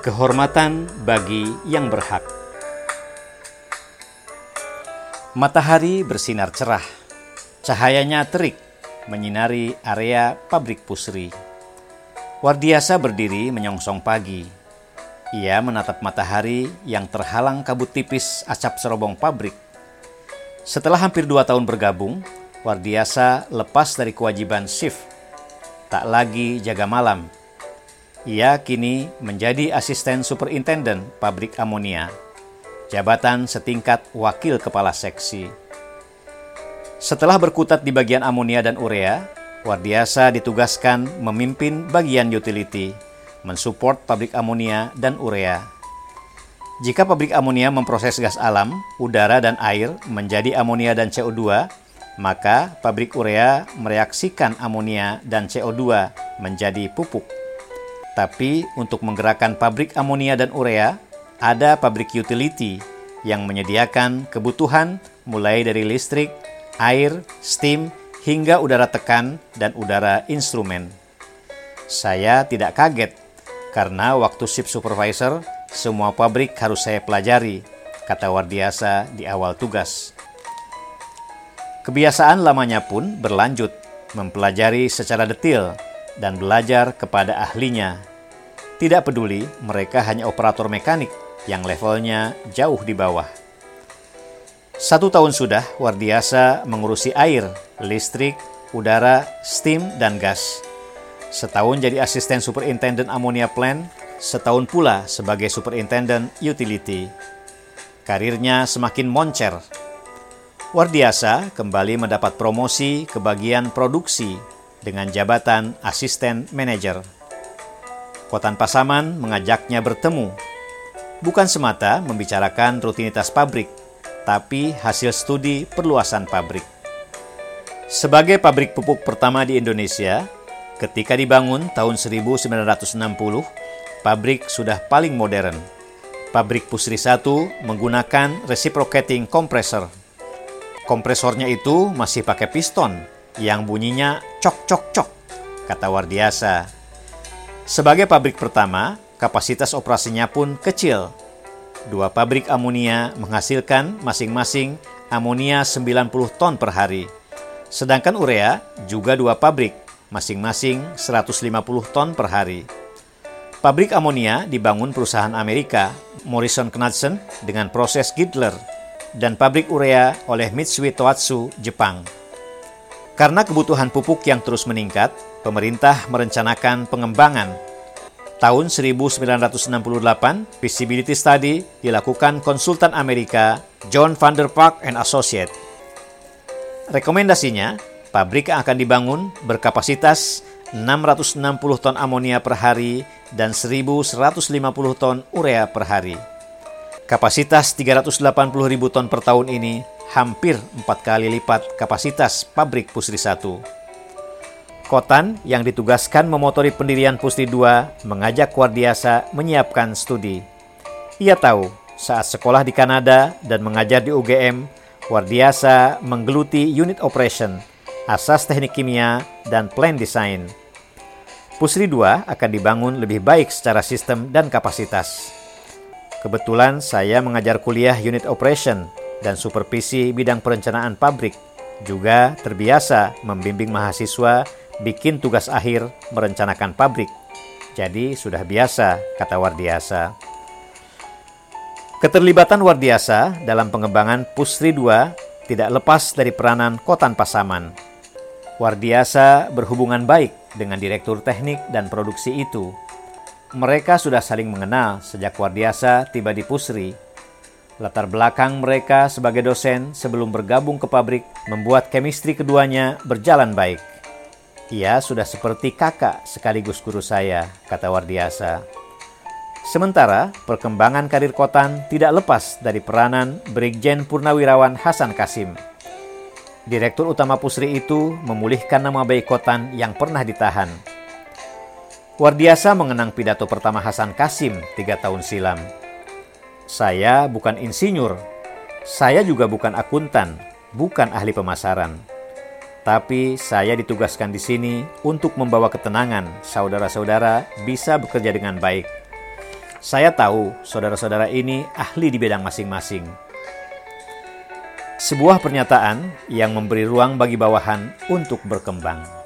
Kehormatan bagi yang berhak. Matahari bersinar cerah. Cahayanya terik menyinari area pabrik pusri. Wardiasa berdiri menyongsong pagi. Ia menatap matahari yang terhalang kabut tipis asap serobong pabrik. Setelah hampir 2 tahun bergabung, Wardiasa lepas dari kewajiban shift. Tak lagi jaga malam. Ia kini menjadi asisten superintenden pabrik amonia, jabatan setingkat wakil kepala seksi. Setelah berkutat di bagian amonia dan urea, Wardiasa ditugaskan memimpin bagian utility, mensupport pabrik amonia dan urea. Jika pabrik amonia memproses gas alam, udara dan air menjadi amonia dan CO2, maka pabrik urea mereaksikan amonia dan CO2 menjadi pupuk. Tapi untuk menggerakkan pabrik amonia dan urea, ada pabrik utility yang menyediakan kebutuhan mulai dari listrik, air, steam, hingga udara tekan dan udara instrumen. Saya tidak kaget karena waktu shift supervisor, semua pabrik harus saya pelajari, kata Wardiasa di awal tugas. Kebiasaan lamanya pun berlanjut, mempelajari secara detail dan belajar kepada ahlinya. Tidak peduli mereka hanya operator mekanik yang levelnya jauh di bawah. 1 tahun sudah Wardiasa mengurusi air, listrik, udara, steam, dan gas. Setahun jadi asisten superintendent ammonia plant, setahun pula sebagai superintendent utility. Karirnya semakin moncer. Wardiasa kembali mendapat promosi ke bagian produksi dengan jabatan asisten manajer. Kotan Pasaman mengajaknya bertemu, bukan semata membicarakan rutinitas pabrik, tapi hasil studi perluasan pabrik. Sebagai pabrik pupuk pertama di Indonesia, ketika dibangun tahun 1960, pabrik sudah paling modern. Pabrik Pusri 1 menggunakan reciprocating compressor. Kompresornya itu masih pakai piston yang bunyinya cok cok cok, kata Wardiasa. Sebagai pabrik pertama, kapasitas operasinya pun kecil. 2 pabrik amonia menghasilkan masing-masing amonia 90 ton per hari. Sedangkan urea juga 2 pabrik, masing-masing 150 ton per hari. Pabrik amonia dibangun perusahaan Amerika, Morrison Knudsen, dengan proses Girdler, dan pabrik urea oleh Mitsui Tohatsu, Jepang. Karena kebutuhan pupuk yang terus meningkat, pemerintah merencanakan pengembangan. Tahun 1968, feasibility study dilakukan konsultan Amerika John Vander Park and Associates. Rekomendasinya, pabrik yang akan dibangun berkapasitas 660 ton amonia per hari dan 1.150 ton urea per hari. Kapasitas 380.000 ton per tahun ini hampir 4 kali lipat kapasitas pabrik Pusri 1. Kotan yang ditugaskan memotori pendirian Pusri 2 mengajak Wardiasa menyiapkan studi. Ia tahu saat sekolah di Kanada dan mengajar di UGM, Wardiasa menggeluti unit operation, asas teknik kimia, dan plan design. Pusri 2 akan dibangun lebih baik secara sistem dan kapasitas. Kebetulan saya mengajar kuliah unit operation dan supervisi bidang perencanaan pabrik, juga terbiasa membimbing mahasiswa bikin tugas akhir merencanakan pabrik. Jadi sudah biasa, kata Wardiasa. Keterlibatan Wardiasa dalam pengembangan Pusri 2 tidak lepas dari peranan Kotan Pasaman. Wardiasa berhubungan baik dengan direktur teknik dan produksi itu. Mereka sudah saling mengenal sejak Wardiasa tiba di Pusri. Latar belakang mereka sebagai dosen sebelum bergabung ke pabrik membuat chemistry keduanya berjalan baik. Ia sudah seperti kakak sekaligus guru saya, kata Wardiasa. Sementara perkembangan karir Kotan tidak lepas dari peranan Brigjen Purnawirawan Hasan Kasim. Direktur utama Pusri itu memulihkan nama baik Kotan yang pernah ditahan. Wardiasa mengenang pidato pertama Hasan Kasim 3 tahun silam. Saya bukan insinyur, saya juga bukan akuntan, bukan ahli pemasaran. Tapi saya ditugaskan di sini untuk membawa ketenangan saudara-saudara bisa bekerja dengan baik. Saya tahu saudara-saudara ini ahli di bidang masing-masing. Sebuah pernyataan yang memberi ruang bagi bawahan untuk berkembang.